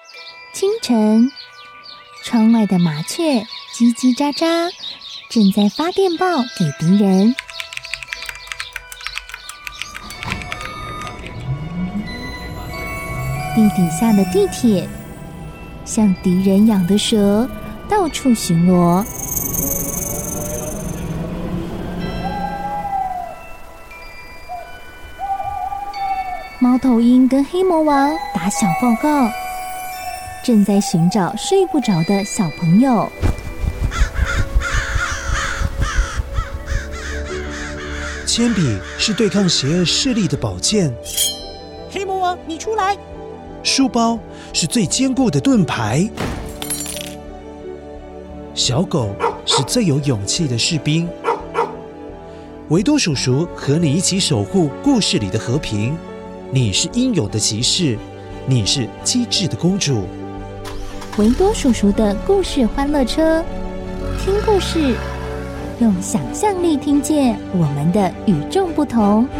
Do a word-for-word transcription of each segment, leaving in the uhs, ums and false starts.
清晨，窗外的麻雀叽叽喳喳，正在发电报给敌人。地底下的地铁，像敌人养的蛇，到处巡逻。猫头鹰跟黑魔王打小报告，正在寻找睡不着的小朋友。 铅笔是对抗邪恶势力的宝剑， 黑魔王，你出来！ 书包是最坚固的盾牌，小狗是最有勇气的士兵。维多叔叔和你一起守护故事里的和平。你是英勇的骑士，你是机智的公主。 维多叔叔的故事欢乐车，听故事，用想象力听见我们的与众不同。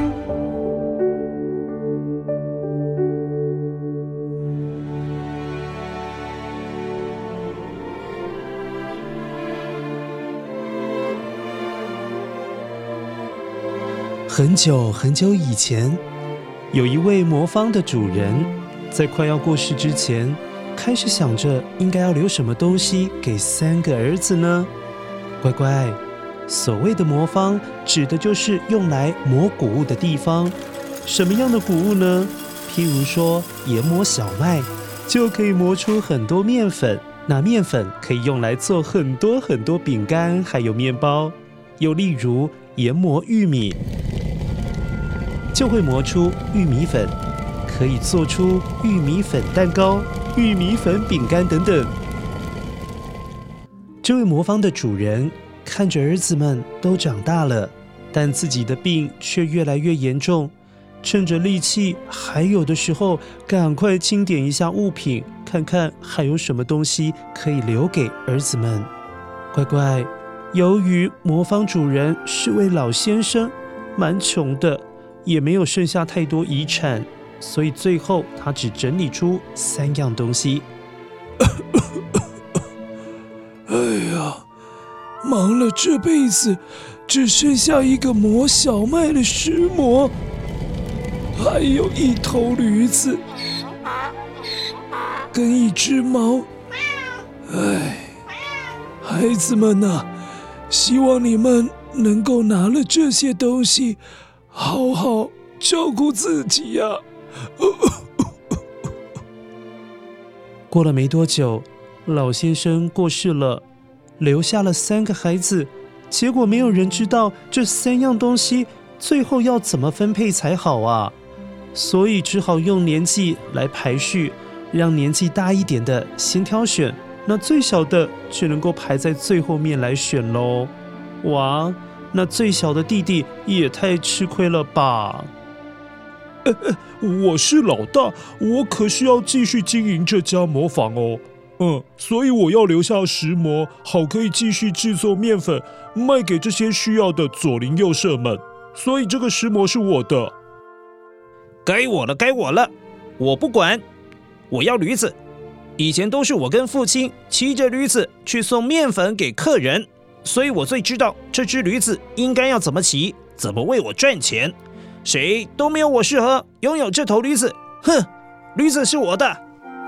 很久很久以前，有一位魔方的主人，在快要过世之前，开始想着应该要留什么东西给三个儿子呢？乖乖，所谓的魔方指的就是用来磨谷物的地方。什么样的谷物呢？譬如说研磨小麦，就可以磨出很多面粉，那面粉可以用来做很多很多饼干还有面包。又例如研磨玉米，就会磨出玉米粉，可以做出玉米粉蛋糕、玉米粉饼干等等。这位魔方的主人看着儿子们都长大了，但自己的病却越来越严重，趁着力气还有的时候，赶快清点一下物品，看看还有什么东西可以留给儿子们。乖乖，由于魔方主人是位老先生，蛮穷的，也没有剩下太多遗产，所以最后他只整理出三样东西。 哎呀，忙了这辈子，只剩下一个磨小麦的石磨，还有一头驴子，跟一只猫。哎，孩子们啊，希望你们能够拿了这些东西，好好照顾自己呀、啊。 过了没多久，老先生过世了，留下了三个孩子，结果没有人知道这三样东西最后要怎么分配才好啊，所以只好用年纪来排序，让年纪大一点的先挑选，那最小的只能够排在最后面来选咯。哇，那最小的弟弟也太吃亏了吧。 欸欸，我是老大，我可是要继续经营这家磨坊哦。嗯，所以我要留下石磨，好可以继续制作面粉，卖给这些需要的左邻右舍们。所以这个石磨是我的。 该我了，该我了，我不管，我要驴子。以前都是我跟父亲骑着驴子去送面粉给客人，所以我最知道这只驴子应该要怎么骑，怎么为我赚钱。谁都没有我适合拥有这头驴子。哼，驴子是我的。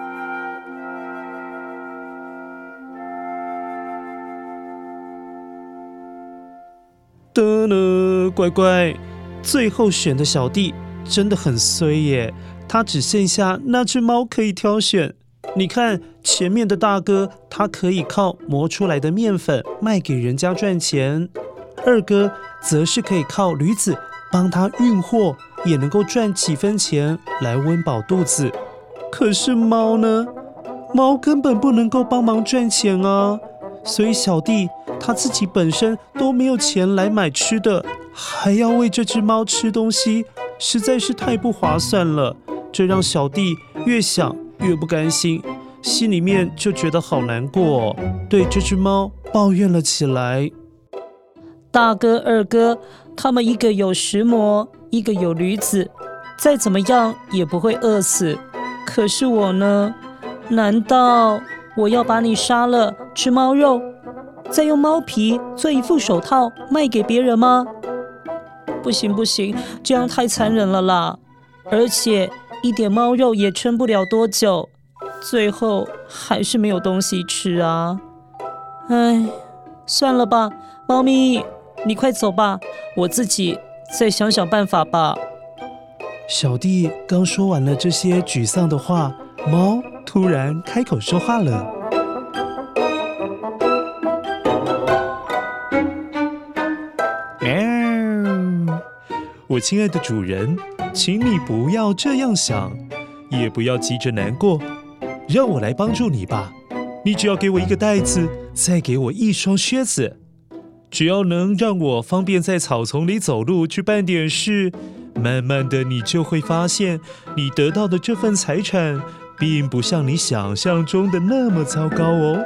得了，乖乖，最后选的小弟真的很衰耶，他只剩下那只猫可以挑选。你看前面的大哥，他可以靠磨出来的面粉卖给人家赚钱，二哥则是可以靠驴子帮他运货，也能够赚几分钱来温饱肚子。可是猫呢？猫根本不能够帮忙赚钱啊，所以小弟他自己本身都没有钱来买吃的，还要喂这只猫吃东西，实在是太不划算了。这让小弟越想越不甘心，心里面就觉得好难过哦，对这只猫抱怨了起来。 大哥二哥他们一个有石磨，一个有驴子，再怎么样也不会饿死，可是我呢， 难道我要把你杀了吃猫肉，再用猫皮做一副手套卖给别人吗？不行不行，这样太残忍了啦！而且一点猫肉也撑不了多久，最后还是没有东西吃啊！唉，算了吧，猫咪，你快走吧，我自己再想想办法吧。 小弟刚说完了这些沮丧的话，猫突然开口说话了。喵！我亲爱的主人，请你不要这样想，也不要急着难过，让我来帮助你吧。你只要给我一个袋子，再给我一双靴子，只要能让我方便在草丛里走路去办点事，慢慢的你就会发现，你得到的这份财产并不像你想象中的那么糟糕哦。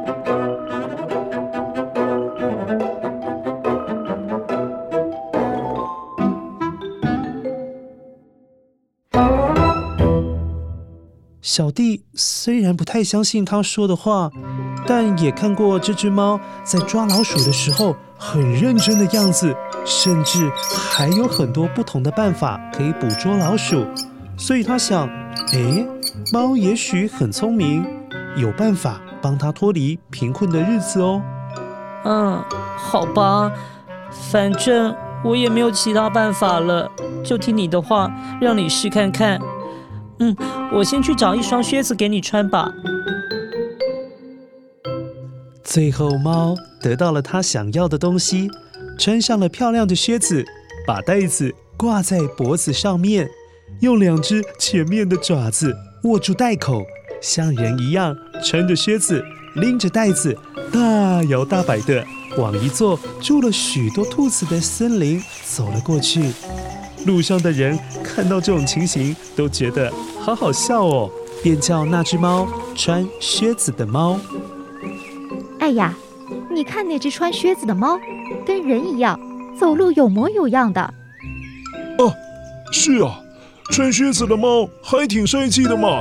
小弟虽然不太相信他说的话，但也看过这只猫在抓老鼠的时候很认真的样子，甚至还有很多不同的办法可以捕捉老鼠，所以他想，诶，猫也许很聪明，有办法帮他脱离贫困的日子哦。 嗯，好吧，反正我也没有其他办法了，就听你的话，让你试看看。嗯，我先去找一双靴子给你穿吧。 最后，猫得到了它想要的东西，穿上了漂亮的靴子，把袋子挂在脖子上面，用两只前面的爪子握住袋口，像人一样穿着靴子，拎着袋子，大摇大摆地往一座住了许多兔子的森林走了过去。路上的人看到这种情形，都觉得好好笑哦，便叫那只猫穿靴子的猫。 哎呀，你看那只穿靴子的猫，跟人一样，走路有模有样的。 啊，是啊，穿靴子的猫还挺帅气的嘛。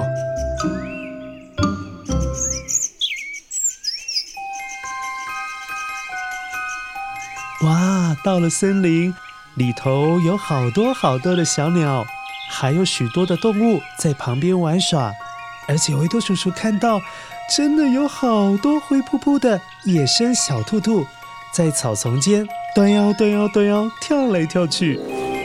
哇，到了森林里头，有好多好多的小鸟，还有许多的动物在旁边玩耍。而且维多叔叔看到，真的有好多灰扑扑的野生小兔兔，在草丛间端腰端腰端腰跳来跳去。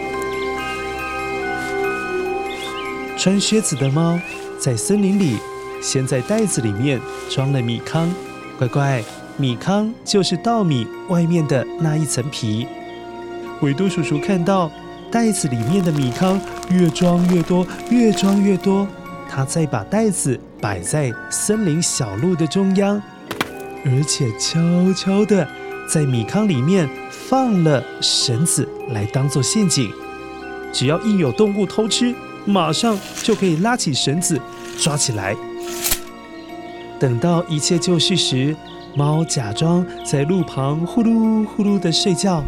穿靴子的猫在森林里，先在袋子里面装了米糠。乖乖，米糠就是稻米外面的那一层皮。维多叔叔看到袋子里面的米糠越装越多，越装越多，他再把袋子摆在森林小路的中央，而且悄悄地在米糠里面放了绳子来当作陷阱。只要一有动物偷吃，马上就可以拉起绳子抓起来。等到一切就绪时，猫假装在路旁呼噜呼噜地睡觉。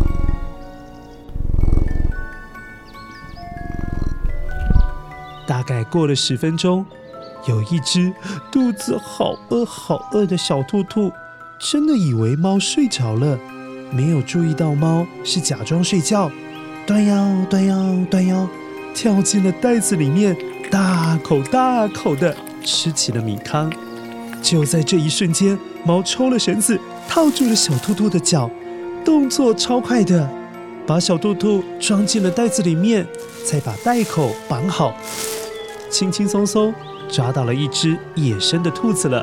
大概过了十分钟，有一只肚子好饿好饿的小兔兔，真的以为猫睡着了，没有注意到猫是假装睡觉，端腰端腰端腰，跳进了袋子里面，大口大口的吃起了米糠。就在这一瞬间，猫抽了绳子，套住了小兔兔的脚，动作超快的，把小兔兔装进了袋子里面，再把袋口绑好，轻轻松松抓到了一只野生的兔子了。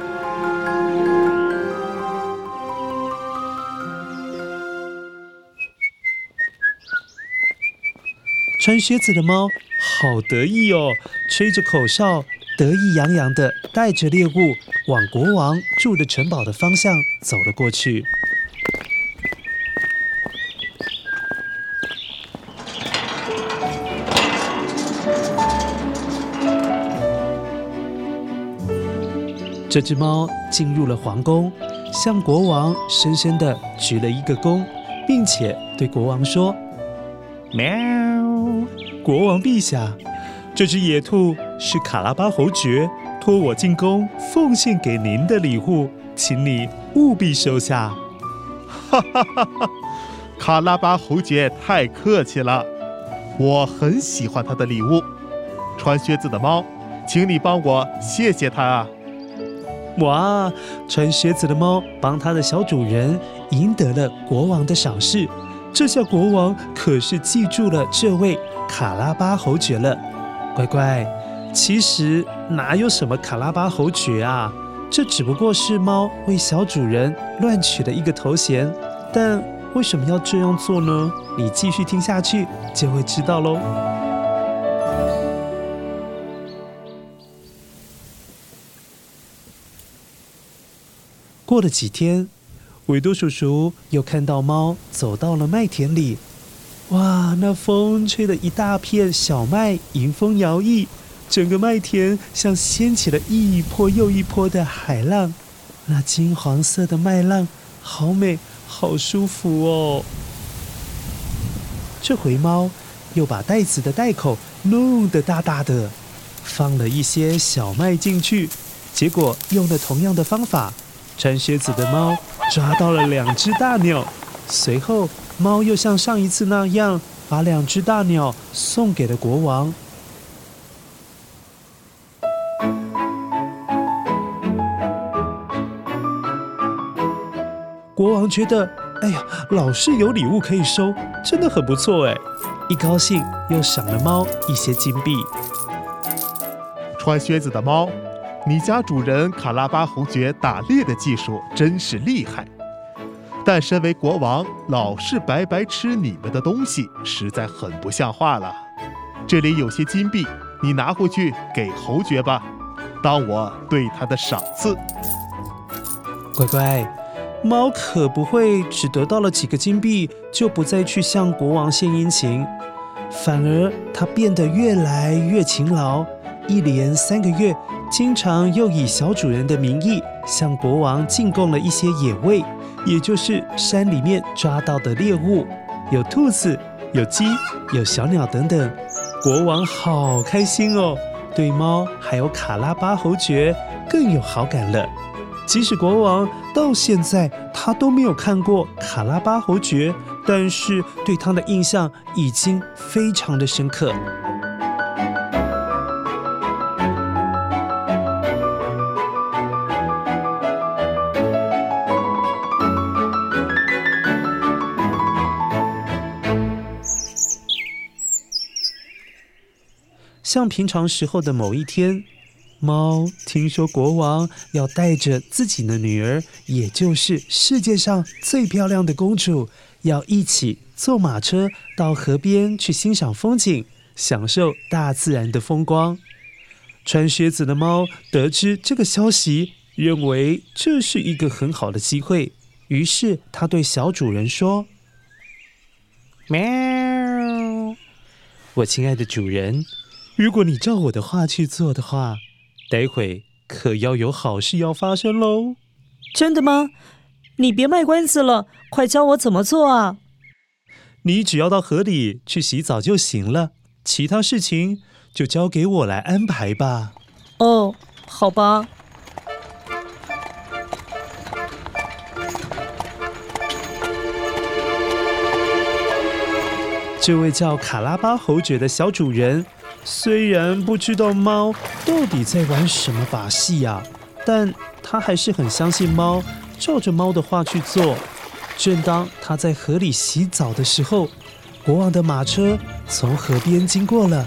穿靴子的猫好得意哦，吹着口哨，得意洋洋地带着猎物往国王住的城堡的方向走了过去。这只猫进入了皇宫，向国王深深地鞠了一个躬，并且对国王说：喵，国王陛下，这只野兔是卡拉巴侯爵托我进宫奉献给您的礼物，请你务必收下。 哈哈哈哈！卡拉巴侯爵太客气了，我很喜欢他的礼物。穿靴子的猫，请你帮我谢谢他啊！ 哇，穿靴子的猫帮它的小主人赢得了国王的赏识，这下国王可是记住了这位卡拉巴侯爵了。乖乖，其实哪有什么卡拉巴侯爵啊，这只不过是猫为小主人乱取的一个头衔，但为什么要这样做呢？你继续听下去就会知道喽。过了几天，维多叔叔又看到猫走到了麦田里。哇，那风吹得一大片小麦迎风摇曳，整个麦田像掀起了一波又一波的海浪。那金黄色的麦浪好美，好舒服哦。这回猫又把袋子的袋口弄得大大的，放了一些小麦进去，结果用了同样的方法，穿靴子的猫抓到了两只大鸟。随后猫又像上一次那样把两只大鸟送给了国王。国王觉得，哎呀，老是有礼物可以收，真的很不错哎！一高兴又赏了猫一些金币。 穿靴子的猫，你家主人卡拉巴侯爵打猎的技术真是厉害，但身为国王，老是白白吃你们的东西，实在很不像话了。这里有些金币，你拿回去给侯爵吧，当我对他的赏赐。 乖乖，猫可不会只得到了几个金币就不再去向国王献殷勤，反而它变得越来越勤劳，一连三个月，经常又以小主人的名义向国王进贡了一些野味，也就是山里面抓到的猎物，有兔子，有鸡，有小鸟等等。国王好开心哦，对猫还有卡拉巴侯爵更有好感了。即使国王到现在他都没有看过卡拉巴侯爵，但是对他的印象已经非常的深刻。像平常时候的某一天，猫听说国王要带着自己的女儿，也就是世界上最漂亮的公主，要一起坐马车到河边去欣赏风景，享受大自然的风光。穿靴子的猫得知这个消息，认为这是一个很好的机会，于是他对小主人说：喵，我亲爱的主人，如果你照我的话去做的话，待会可要有好事要发生喽。 真的吗？你别卖关子了，快教我怎么做啊！ 你只要到河里去洗澡就行了，其他事情就交给我来安排吧。 哦，好吧。 这位叫卡拉巴侯爵的小主人，虽然不知道猫到底在玩什么把戏啊，但他还是很相信猫，照着猫的话去做。正当他在河里洗澡的时候，国王的马车从河边经过了，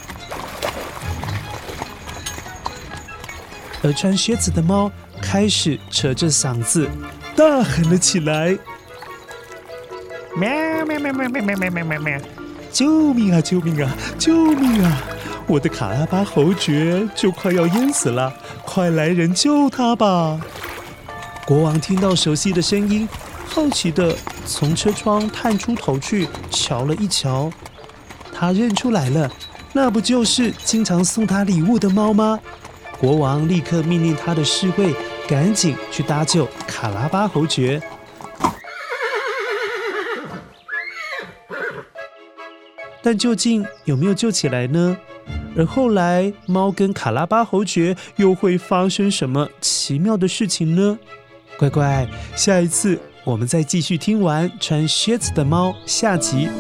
而穿靴子的猫开始扯着嗓子大喊了起来：喵喵喵喵喵喵喵喵喵！救命啊！救命啊！救命啊！我的卡拉巴侯爵就快要淹死了，快来人救他吧！国王听到熟悉的声音，好奇地从车窗探出头去瞧了一瞧，他认出来了，那不就是经常送他礼物的猫吗？国王立刻命令他的侍卫赶紧去搭救卡拉巴侯爵。但究竟有没有救起来呢？ 而后来，猫跟卡拉巴侯爵又会发生什么奇妙的事情呢？乖乖，下一次我们再继续听完穿靴子的猫下集。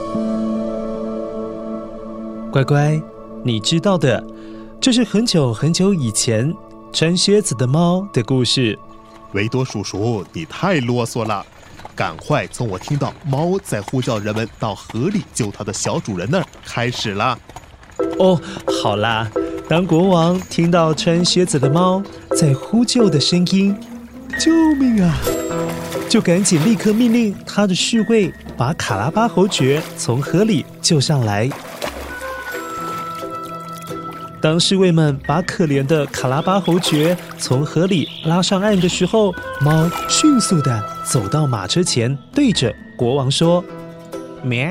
乖乖，你知道的，这是很久很久以前穿靴子的猫的故事。 维多叔叔，你太啰嗦了，赶快从我听到猫在呼叫人们到河里救它的小主人那儿开始啦。 哦，好啦，当国王听到穿靴子的猫在呼救的声音，救命啊！就赶紧立刻命令他的侍卫把卡拉巴侯爵从河里救上来。当侍卫们把可怜的卡拉巴侯爵从河里拉上岸的时候，猫迅速地走到马车前，对着国王说：“喵！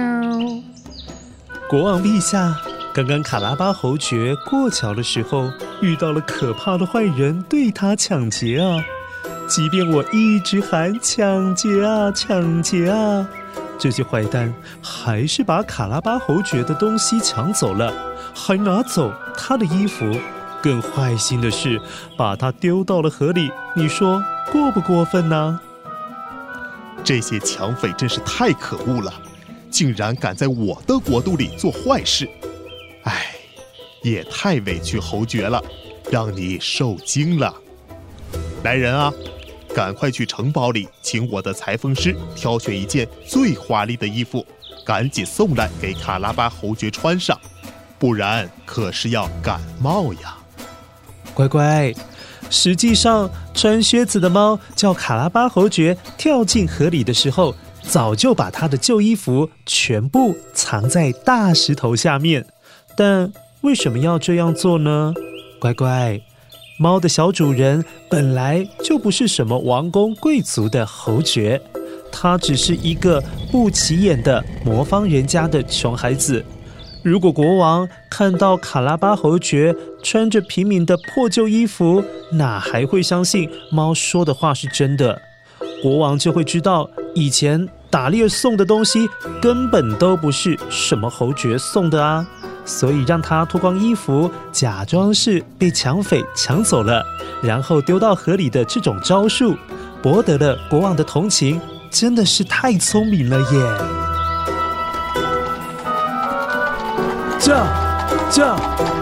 国王陛下，刚刚卡拉巴侯爵过桥的时候，遇到了可怕的坏人，对他抢劫啊！即便我一直喊抢劫啊，抢劫啊，这些坏蛋还是把卡拉巴侯爵的东西抢走了，还拿走他的衣服。更坏心的是，把他丢到了河里。你说过不过分呢？ 这些抢匪真是太可恶了，竟然敢在我的国度里做坏事！哎，也太委屈侯爵了，让你受惊了。来人啊，赶快去城堡里请我的裁缝师挑选一件最华丽的衣服，赶紧送来给卡拉巴侯爵穿上，不然可是要感冒呀。 乖乖，实际上穿靴子的猫叫卡拉巴侯爵跳进河里的时候，早就把他的旧衣服全部藏在大石头下面。但为什么要这样做呢？乖乖，猫的小主人本来就不是什么王公贵族的侯爵，他只是一个不起眼的磨坊人家的穷孩子。如果国王看到卡拉巴侯爵穿着平民的破旧衣服，哪还会相信猫说的话是真的？国王就会知道，以前打猎送的东西根本都不是什么侯爵送的啊！所以让他脱光衣服，假装是被抢匪抢走了，然后丢到河里的这种招数，博得了国王的同情，真的是太聪明了耶！驾驾！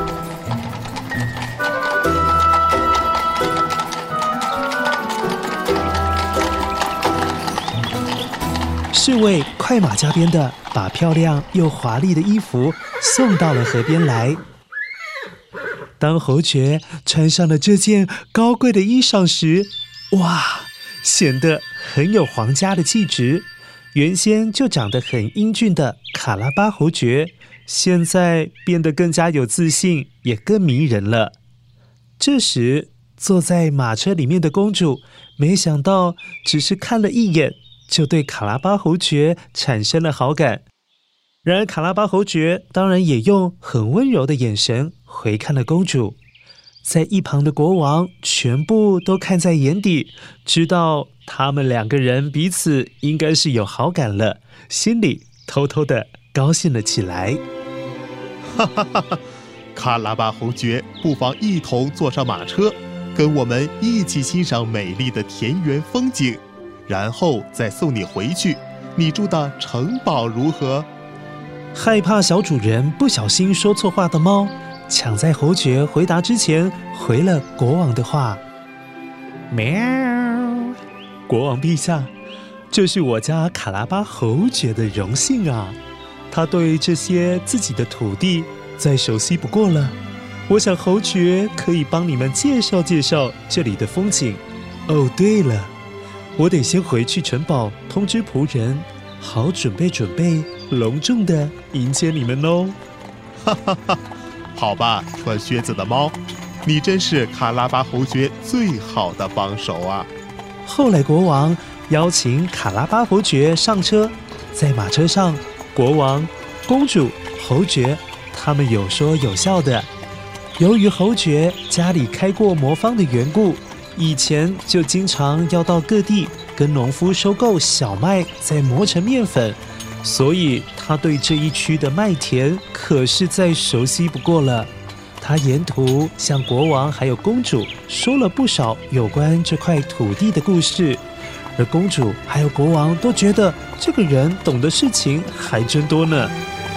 侍卫快马加鞭地把漂亮又华丽的衣服送到了河边来。当侯爵穿上了这件高贵的衣裳时，哇，显得很有皇家的气质。原先就长得很英俊的卡拉巴侯爵，现在变得更加有自信，也更迷人了。这时，坐在马车里面的公主，没想到只是看了一眼，就对卡拉巴侯爵产生了好感。然而卡拉巴侯爵当然也用很温柔的眼神回看了公主。在一旁的国王全部都看在眼底，知道他们两个人彼此应该是有好感了，心里偷偷的高兴了起来。 哈哈哈哈！卡拉巴侯爵，不妨一同坐上马车，跟我们一起欣赏美丽的田园风景，然后再送你回去你住的城堡如何？ 害怕小主人不小心说错话的猫，抢在侯爵回答之前回了国王的话。喵！国王陛下，这是我家卡拉巴侯爵的荣幸啊！他对这些自己的土地再熟悉不过了。我想侯爵可以帮你们介绍介绍这里的风景。哦，对了，我得先回去城堡通知仆人，好准备准备，隆重的迎接你们哦。 哈哈哈！好吧，穿靴子的猫，你真是卡拉巴侯爵最好的帮手啊！ 后来国王邀请卡拉巴侯爵上车，在马车上，国王、公主、侯爵他们有说有笑的。由于侯爵家里开过磨坊的缘故，以前就经常要到各地跟农夫收购小麦，再磨成面粉， 所以他对这一区的麦田可是再熟悉不过了。他沿途向国王还有公主说了不少有关这块土地的故事，而公主还有国王都觉得这个人懂的事情还真多呢。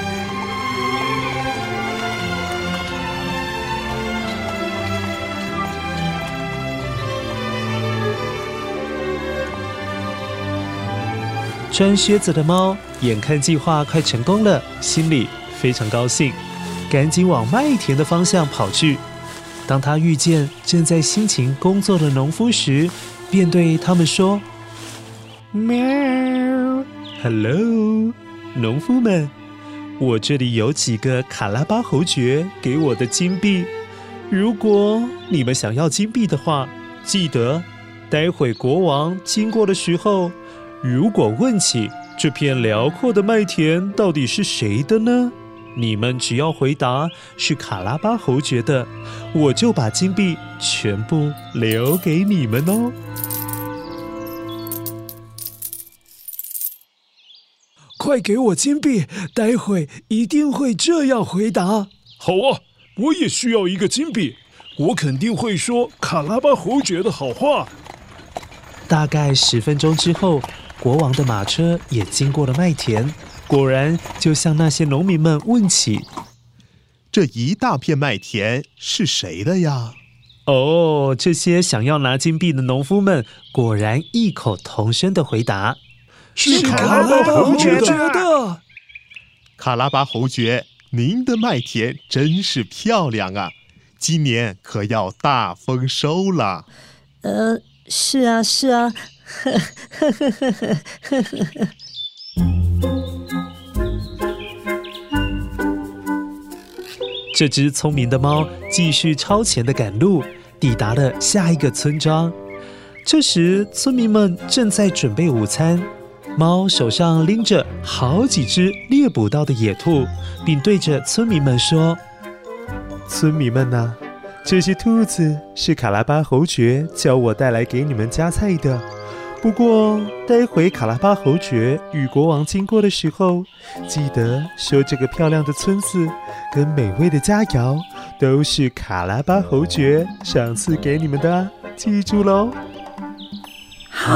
穿靴子的猫眼看计划快成功了，心里非常高兴，赶紧往麦田的方向跑去。当他遇见正在辛勤工作的农夫时，便对他们说：“喵 ，Hello， 农夫们，我这里有几个卡拉巴侯爵给我的金币，如果你们想要金币的话，记得待会国王经过的时候，如果问起这片辽阔的麦田到底是谁的呢？你们只要回答是卡拉巴侯爵的，我就把金币全部留给你们哦。” 快给我金币，待会一定会这样回答。好啊，我也需要一个金币，我肯定会说卡拉巴侯爵的好话。 大概十分钟之后，国王的马车也经过了麦田，果然就向那些农民们问起：“ 这一大片麦田是谁的呀？” 哦，这些想要拿金币的农夫们果然异口同声的回答：“ 是卡拉巴侯爵的。” 卡拉巴侯爵，您的麦田真是漂亮啊！今年可要大丰收了。 呃，是啊，是啊。 这只聪明的猫继续超前的赶路，抵达了下一个村庄。这时，村民们正在准备午餐。猫手上拎着好几只猎捕到的野兔，并对着村民们说：“村民们啊，这些兔子是卡拉巴侯爵叫我带来给你们加菜的。不过，待会卡拉巴侯爵与国王经过的时候，记得说这个漂亮的村子跟美味的佳肴都是卡拉巴侯爵赏赐给你们的，记住喽。” 好。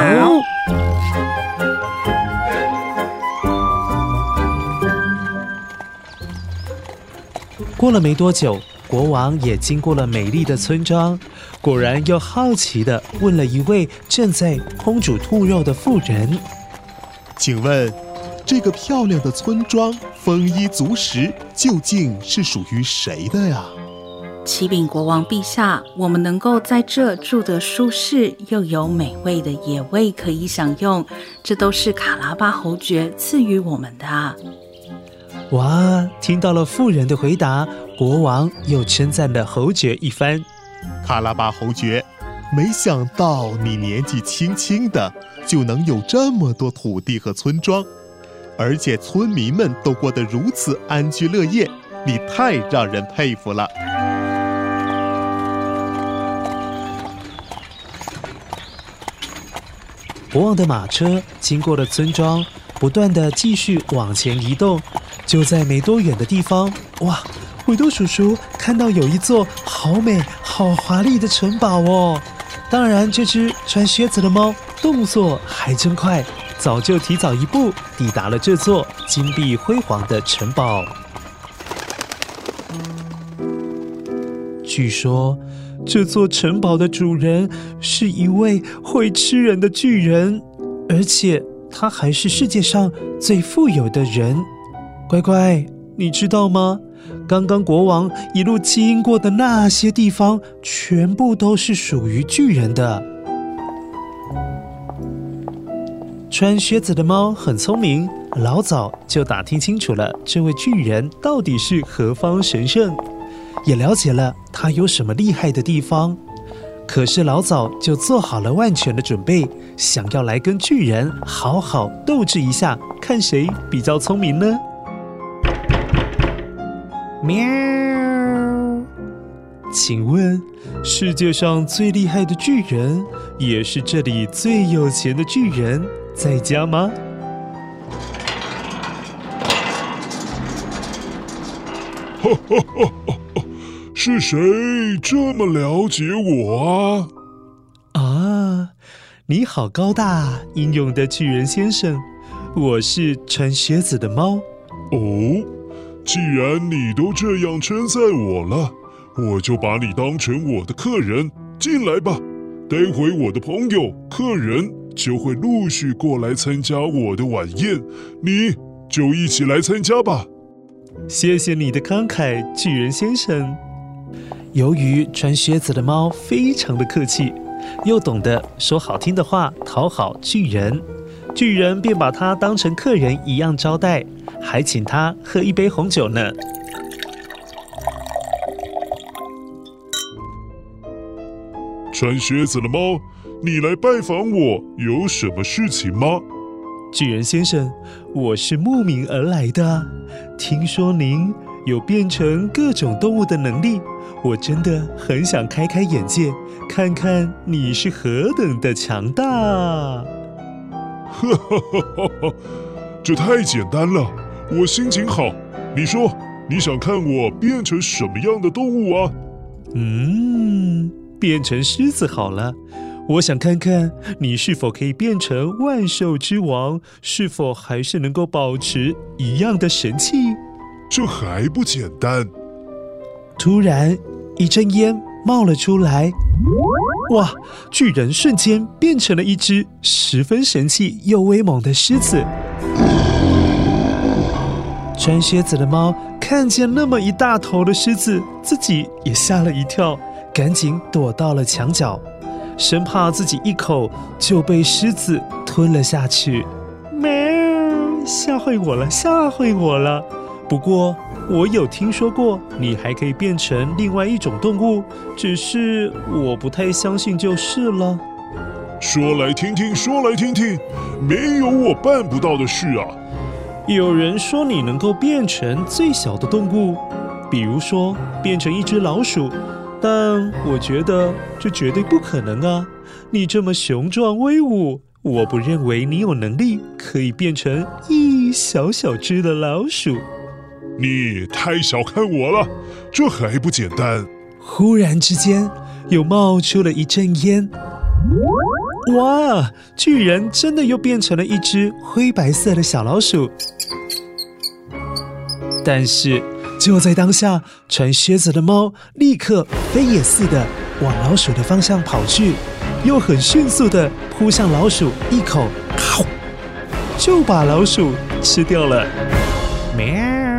过了没多久，国王也经过了美丽的村庄，果然又好奇地问了一位正在烹煮兔肉的妇人：“ 请问，这个漂亮的村庄丰衣足食，究竟是属于谁的呀？” 启禀国王陛下，我们能够在这住得舒适，又有美味的野味可以享用，这都是卡拉巴侯爵赐予我们的啊。 哇！听到了妇人的回答，国王又称赞了侯爵一番。 卡拉巴侯爵，没想到你年纪轻轻的就能有这么多土地和村庄，而且村民们都过得如此安居乐业，你太让人佩服了。 国王的马车经过了村庄，不断地继续往前移动。就在没多远的地方，哇！维多叔叔看到有一座好美、好华丽的城堡哦。当然，这只穿靴子的猫动作还真快，早就提早一步抵达了这座金碧辉煌的城堡。据说，这座城堡的主人是一位会吃人的巨人，而且他还是世界上最富有的人。乖乖，你知道吗？刚刚国王一路经过的那些地方，全部都是属于巨人的。穿靴子的猫很聪明，老早就打听清楚了这位巨人到底是何方神圣，也了解了他有什么厉害的地方。可是老早就做好了万全的准备，想要来跟巨人好好斗智一下，看谁比较聪明呢？喵！请问，世界上最厉害的巨人，也是这里最有钱的巨人，在家吗？ 哈哈哈哈！是谁这么了解我啊？啊，你好高大英勇的巨人先生，我是穿靴子的猫。 哦，既然你都这样称赞我了，我就把你当成我的客人，进来吧。待会我的朋友、客人就会陆续过来参加我的晚宴，你就一起来参加吧。 谢谢你的慷慨，巨人先生。由于穿靴子的猫非常的客气，又懂得说好听的话讨好巨人，巨人便把他当成客人一样招待，还请他喝一杯红酒呢。 穿靴子的猫，你来拜访我有什么事情吗？ 巨人先生，我是慕名而来的，听说您有变成各种动物的能力，我真的很想开开眼界，看看你是何等的强大。 哈哈哈哈！这太简单了，我心情好。你说，你想看我变成什么样的动物啊？ 嗯，变成狮子好了。我想看看你是否可以变成万兽之王，是否还是能够保持一样的神气？ 这还不简单。 突然，一阵烟冒了出来，哇！巨人瞬间变成了一只十分神气又威猛的狮子。穿靴子的猫看见那么一大头的狮子，自己也吓了一跳，赶紧躲到了墙角，生怕自己一口就被狮子吞了下去。喵！吓坏我了，吓坏我了！不过我有听说过你还可以变成另外一种动物，只是我不太相信就是了。 说来听听，说来听听，没有我办不到的事啊！ 有人说你能够变成最小的动物，比如说变成一只老鼠，但我觉得这绝对不可能啊！你这么雄壮威武，我不认为你有能力可以变成一小小只的老鼠。 你太小看我了，这还不简单。 忽然之间，又冒出了一阵烟。哇！巨人真的又变成了一只灰白色的小老鼠。但是就在当下，穿靴子的猫立刻飞也似的往老鼠的方向跑去，又很迅速的扑向老鼠，一口咔就把老鼠吃掉了。喵！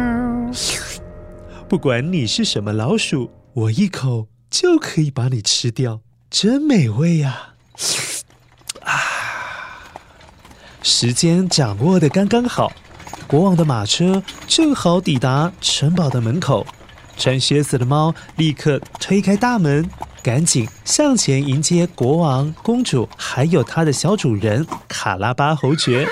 不管你是什么老鼠，我一口就可以把你吃掉，真美味呀！啊！时间掌握得刚刚好，国王的马车正好抵达城堡的门口。穿靴子的猫立刻推开大门，赶紧向前迎接国王、公主，还有他的小主人卡拉巴侯爵。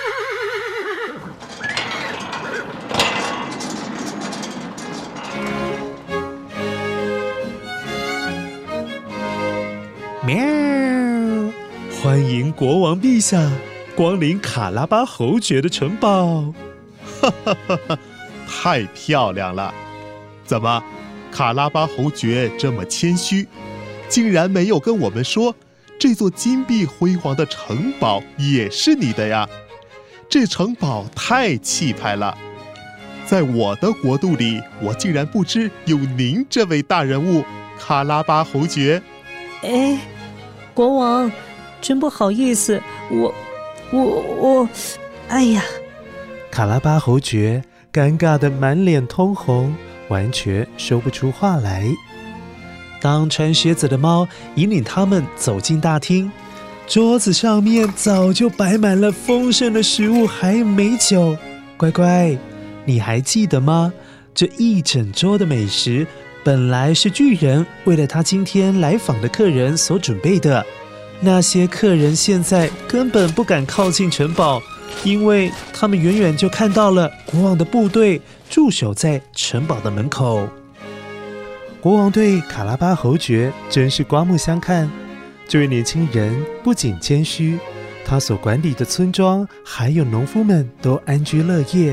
喵！欢迎国王陛下光临卡拉巴侯爵的城堡。 哈哈哈哈！太漂亮了！怎么，卡拉巴侯爵这么谦虚，竟然没有跟我们说这座金碧辉煌的城堡也是你的呀？这城堡太气派了，在我的国度里，我竟然不知有您这位大人物卡拉巴侯爵。 哎，国王，真不好意思，我我我哎呀！ 卡拉巴侯爵尴尬得满脸通红，完全说不出话来。当穿靴子的猫引领他们走进大厅，桌子上面早就摆满了丰盛的食物还有美酒。乖乖，你还记得吗？这一整桌的美食本来是巨人为了他今天来访的客人所准备的。那些客人现在根本不敢靠近城堡，因为他们远远就看到了国王的部队驻守在城堡的门口。国王对卡拉巴侯爵真是刮目相看。这位年轻人不仅谦虚，他所管理的村庄还有农夫们都安居乐业，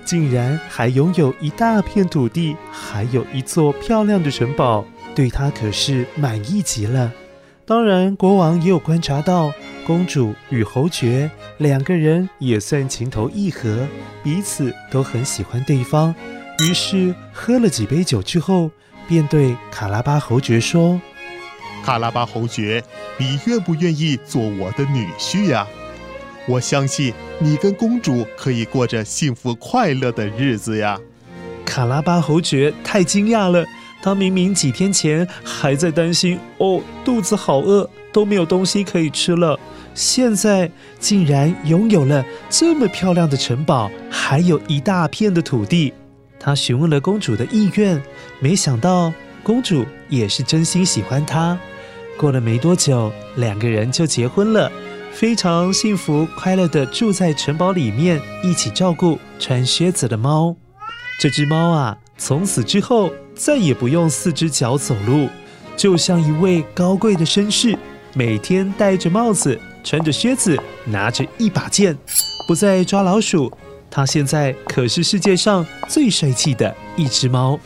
竟然还拥有一大片土地，还有一座漂亮的城堡，对他可是满意极了。当然，国王也有观察到公主与侯爵两个人也算情投意合，彼此都很喜欢对方。于是喝了几杯酒之后，便对卡拉巴侯爵说： 卡拉巴侯爵，你愿不愿意做我的女婿呀？我相信你跟公主可以过着幸福快乐的日子呀。 卡拉巴侯爵太惊讶了，他明明几天前还在担心，哦，肚子好饿，都没有东西可以吃了，现在竟然拥有了这么漂亮的城堡，还有一大片的土地。他询问了公主的意愿，没想到公主也是真心喜欢他。过了没多久，两个人就结婚了，非常幸福快乐地住在城堡里面，一起照顾穿靴子的猫。这只猫啊，从此之后再也不用四只脚走路，就像一位高贵的绅士，每天戴着帽子，穿着靴子，拿着一把剑，不再抓老鼠。它现在可是世界上最帅气的一只猫。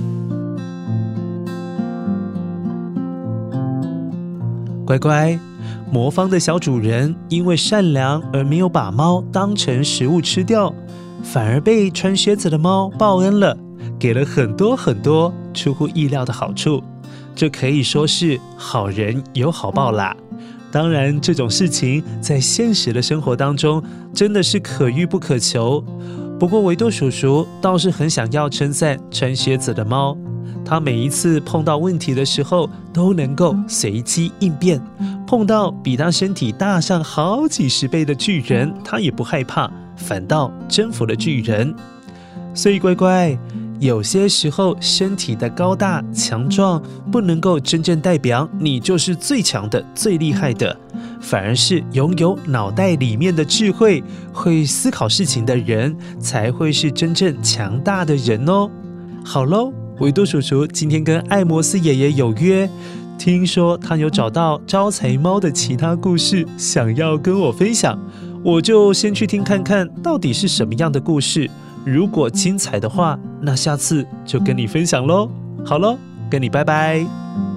乖乖，魔方的小主人因为善良而没有把猫当成食物吃掉，反而被穿靴子的猫报恩了，给了很多很多出乎意料的好处。这可以说是好人有好报啦。当然，这种事情在现实的生活当中真的是可遇不可求。不过维多叔叔倒是很想要称赞穿靴子的猫，他每一次碰到问题的时候都能够随机应变，碰到比他身体大上好几十倍的巨人，他也不害怕，反倒征服了巨人。所以乖乖，有些时候身体的高大强壮不能够真正代表你就是最强的最厉害的，反而是拥有脑袋里面的智慧，会思考事情的人才会是真正强大的人哦。好咯，维多叔叔今天跟艾摩斯爷爷有约，听说他有找到招财猫的其他故事想要跟我分享，我就先去听看看到底是什么样的故事。如果精彩的话，那下次就跟你分享咯。好咯，跟你拜拜。